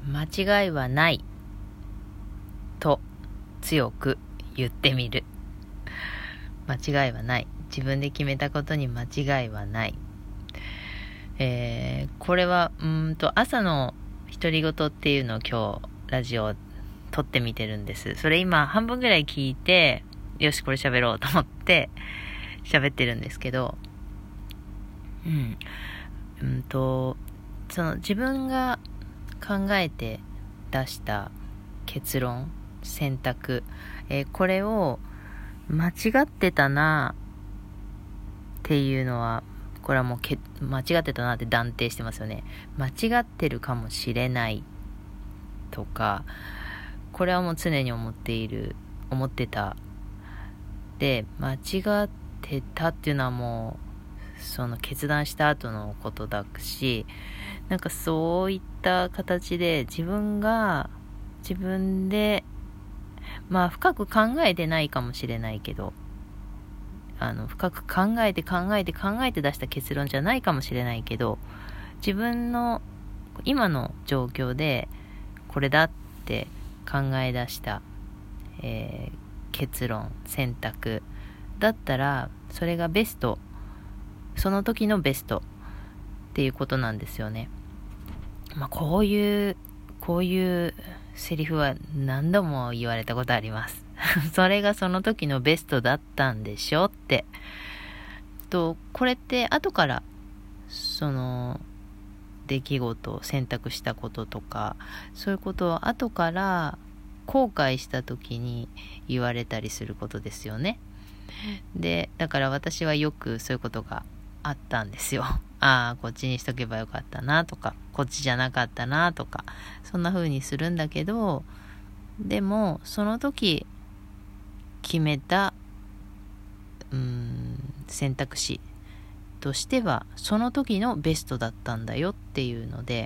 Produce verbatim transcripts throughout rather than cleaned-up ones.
間違いはないと強く言ってみる。間違いはない。自分で決めたことに間違いはない。えー、これはうーんと朝の独り言っていうのを今日ラジオ撮ってみてるんです。それ今半分ぐらい聞いて、よしこれ喋ろうと思って喋ってるんですけど、うん、うんとその自分が考えて出した結論、選択、えー、これを間違ってたなっていうのは、これはもうけ間違ってたなって断定してますよね。間違ってるかもしれないとか、これはもう常に思っている、思ってた。で、間違ってたっていうのはもうその決断した後のことだし、なんかそういった形で自分が自分でまあ深く考えてないかもしれないけど、あの深く考えて考えて考えて出した結論じゃないかもしれないけど、自分の今の状況でこれだって考え出した、えー、結論、選択だったらそれがベスト、その時のベストっていうことなんですよね。まあこういうこういうセリフは何度も言われたことありますそれがその時のベストだったんでしょってと、これって後からその出来事を選択したこととか、そういうことを後から後悔した時に言われたりすることですよね。で、だから私はよくそういうことがあったんですよ。ああ、こっちにしとけばよかったなとか、こっちじゃなかったなとか、そんな風にするんだけど、でもその時決めたうーん選択肢としてはその時のベストだったんだよっていうので、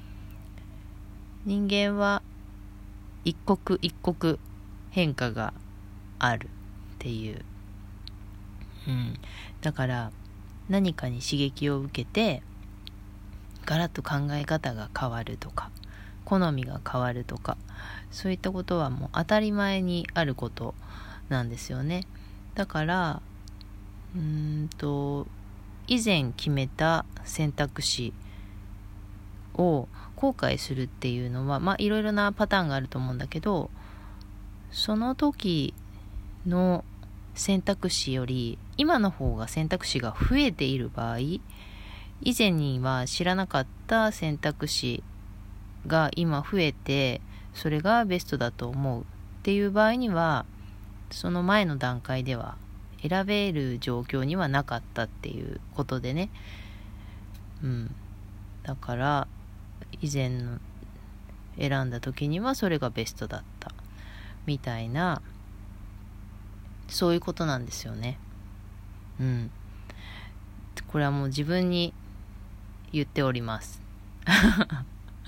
人間は一刻一刻変化があるっていう、うん、だから何かに刺激を受けてガラッと考え方が変わるとか、好みが変わるとか、そういったことはもう当たり前にあることなんですよね。だからうーんと以前決めた選択肢を後悔するっていうのは、まあいろいろなパターンがあると思うんだけど、その時の選択肢より今の方が選択肢が増えている場合、以前には知らなかった選択肢が今増えて、それがベストだと思うっていう場合には、その前の段階では選べる状況にはなかったっていうことでね、うん、だから以前の選んだ時にはそれがベストだったみたいな、そういうことなんですよね。うん。これはもう自分に言っておりますうん。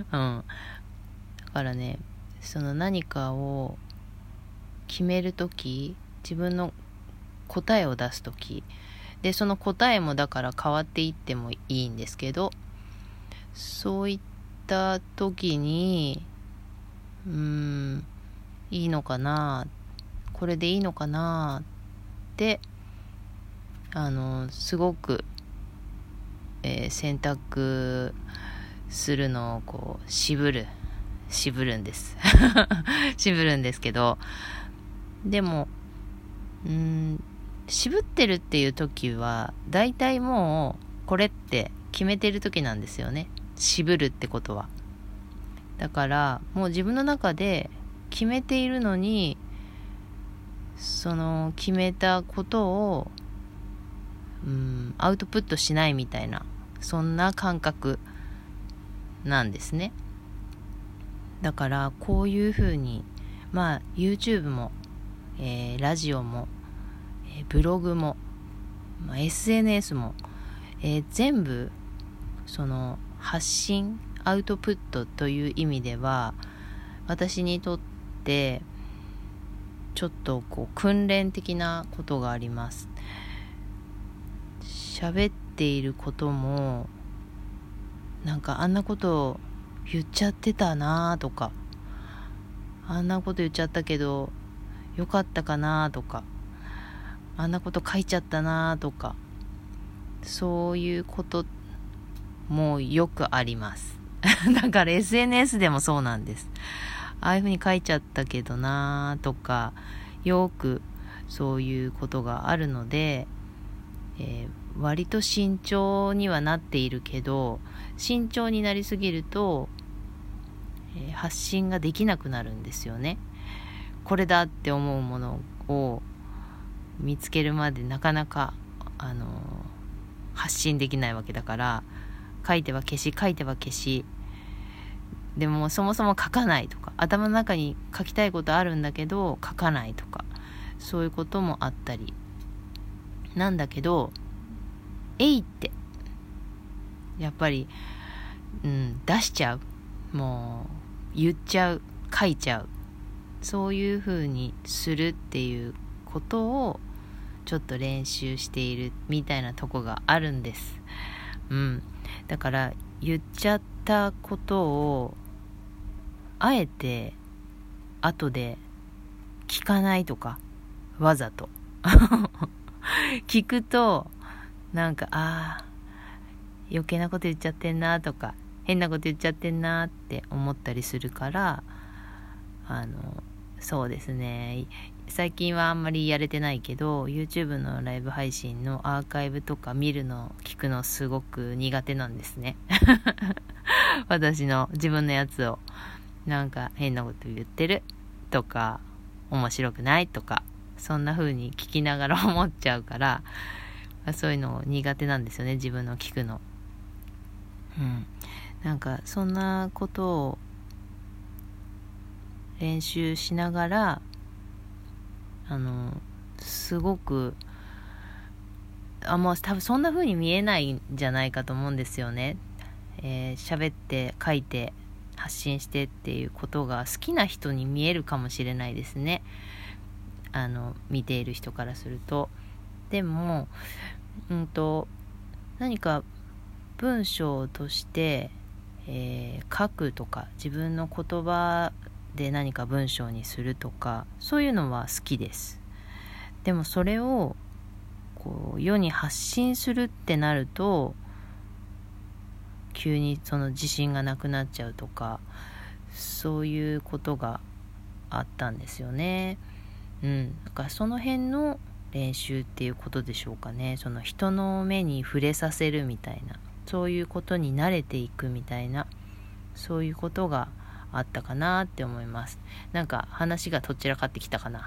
だからね、その何かを決めるとき、自分の答えを出すときで、その答えもだから変わっていってもいいんですけど、そういった時にうーんいいのかな、これでいいのかなってあのすごく、えー、選択するのをこう渋る渋るんです渋るんですけど、でもうーん渋ってるっていう時はだいたいもうこれって決めてる時なんですよね。渋るってことは。だからもう自分の中で決めているのに、その決めたことをうーんアウトプットしないみたいな、そんな感覚なんですね。だからこういう風に、まあ YouTube も、えー、ラジオも、えー、ブログも、まあ、エスエヌエス も、えー、全部その発信アウトプットという意味では私にとってちょっとこう訓練的なことがあります。喋っていることもなんかあんなことを言っちゃってたなとか、あんなこと言っちゃったけどよかったかなとか、あんなこと書いちゃったなとか、そういうこともよくありますだから エスエヌエス でもそうなんです。ああいう風に書いちゃったけどなとか、よくそういうことがあるので、えー、割と慎重にはなっているけど、慎重になりすぎると、えー、発信ができなくなるんですよね。これだって思うものを見つけるまでなかなか、あのー、発信できないわけだから、書いては消し書いては消しでもそもそも書かないとか、頭の中に書きたいことあるんだけど書かないとか、そういうこともあったりなんだけど、えいってやっぱり、うん、出しちゃう、もう言っちゃう、書いちゃう、そういう風にするっていうことをちょっと練習しているみたいなとこがあるんです。うん、だから言っちゃったことをあえて後で聞かないとか、わざと聞くとなんか、あー余計なこと言っちゃってんなとか、変なこと言っちゃってんなって思ったりするから、あのそうですね、最近はあんまりやれてないけど YouTube のライブ配信のアーカイブとか見るの聞くのすごく苦手なんですね私の自分のやつを、なんか変なこと言ってるとか面白くないとか、そんな風に聞きながら思っちゃうから、そういうの苦手なんですよね、自分の聞くの。うん、なんかそんなことを練習しながら、あのすごくあもう多分そんな風に見えないんじゃないかと思うんですよね。えー、喋って書いて発信してっていうことが好きな人に見えるかもしれないですね、あの見ている人からすると。でも、うんと何か文章として、えー、書くとか、自分の言葉で何か文章にするとか、そういうのは好きです。でもそれをこう世に発信するってなると、急にその自信がなくなっちゃうとか、そういうことがあったんですよね。うん、だからその辺の練習っていうことでしょうかね。その人の目に触れさせるみたいな、そういうことに慣れていくみたいな、そういうことがあったかなって思います。なんか話がどちらかってきたかな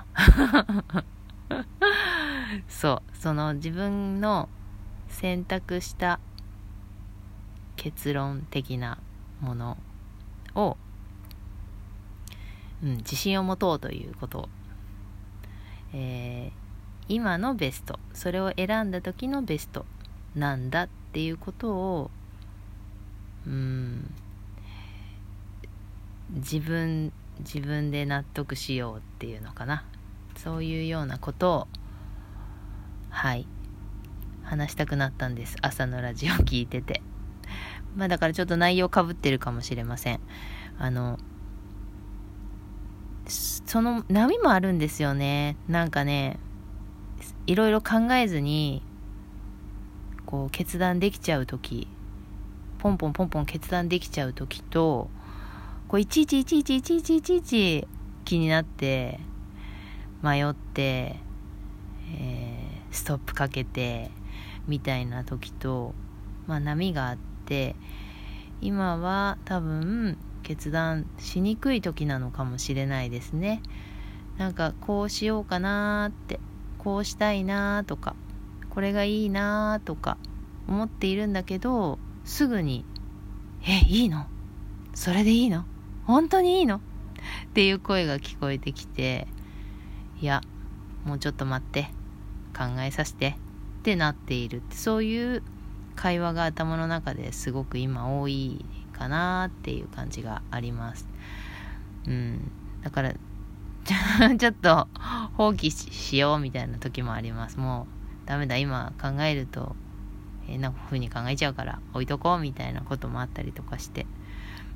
そうその自分の選択した結論的なものを、うん、自信を持とうということ、えー、今のベスト、それを選んだ時のベストなんだっていうことを、うん、自分自分で納得しようっていうのかな、そういうようなことをはい話したくなったんです、朝のラジオ聞いてて。まあだからちょっと内容かぶってるかもしれません。あのその波もあるんですよね。なんかね、いろいろ考えずにこう決断できちゃう時、ポンポンポンポン決断できちゃう時と、こういちいちいちいちいちいちいちいち気になって迷って、えー、ストップかけてみたいな時と、まあ波があって、今は多分決断しにくい時なのかもしれないですね。なんかこうしようかなーって、こうしたいなーとか、これがいいなーとか思っているんだけど、すぐにえいいの？それでいいの？本当にいいの？っていう声が聞こえてきて、いやもうちょっと待って、考えさせてってなっているって、そういう会話が頭の中ですごく今多いかなっていう感じがあります。うん、だからちょっと放棄 し, しようみたいな時もあります。もうダメだ、今考えると変な風に考えちゃうから置いとこうみたいなこともあったりとかして、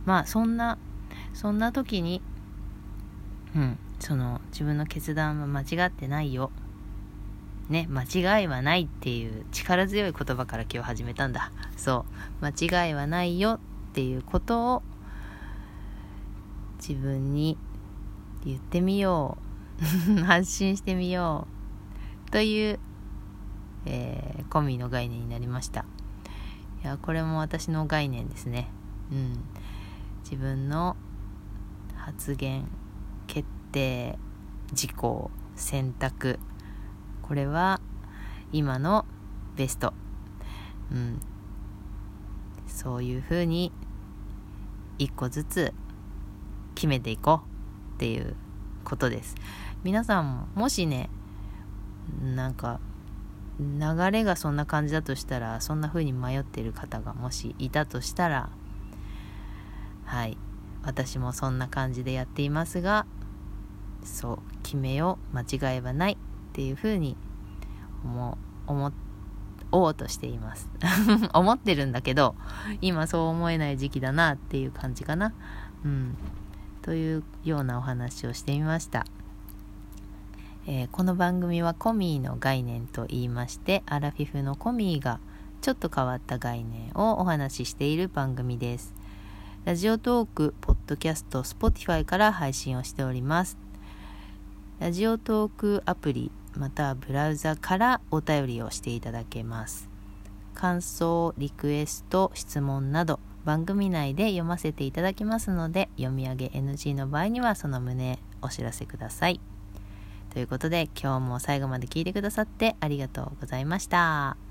まあそんなそんな時にうんその自分の決断は間違ってないよね、間違いはないっていう力強い言葉から今日始めたんだ。そう間違いはないよっていうことを自分に言ってみよう発信してみようという、えー、コミの概念になりました。いやこれも私の概念ですね。うん自分の発言決定事項選択、これは今のベスト、うん、そういうふうに一個ずつ決めていこうっていうことです。皆さんももしねなんか流れがそんな感じだとしたら、そんな風に迷っている方がもしいたとしたら、はい私もそんな感じでやっていますが、そう決めよう間違いはないっていう風に思思おうとしています思ってるんだけど今そう思えない時期だなっていう感じかな。うんというようなお話をしてみました。えー、この番組はコミーの概念と言いまして、アラフィフのコミーがちょっと変わった概念をお話ししている番組です。ラジオトーク、ポッドキャスト、Spotify から配信をしております。ラジオトークアプリまたはブラウザからお便りをしていただけます。感想、リクエスト、質問など番組内で読ませていただきますので、読み上げ エヌジー の場合にはその旨お知らせください。ということで今日も最後まで聞いてくださってありがとうございました。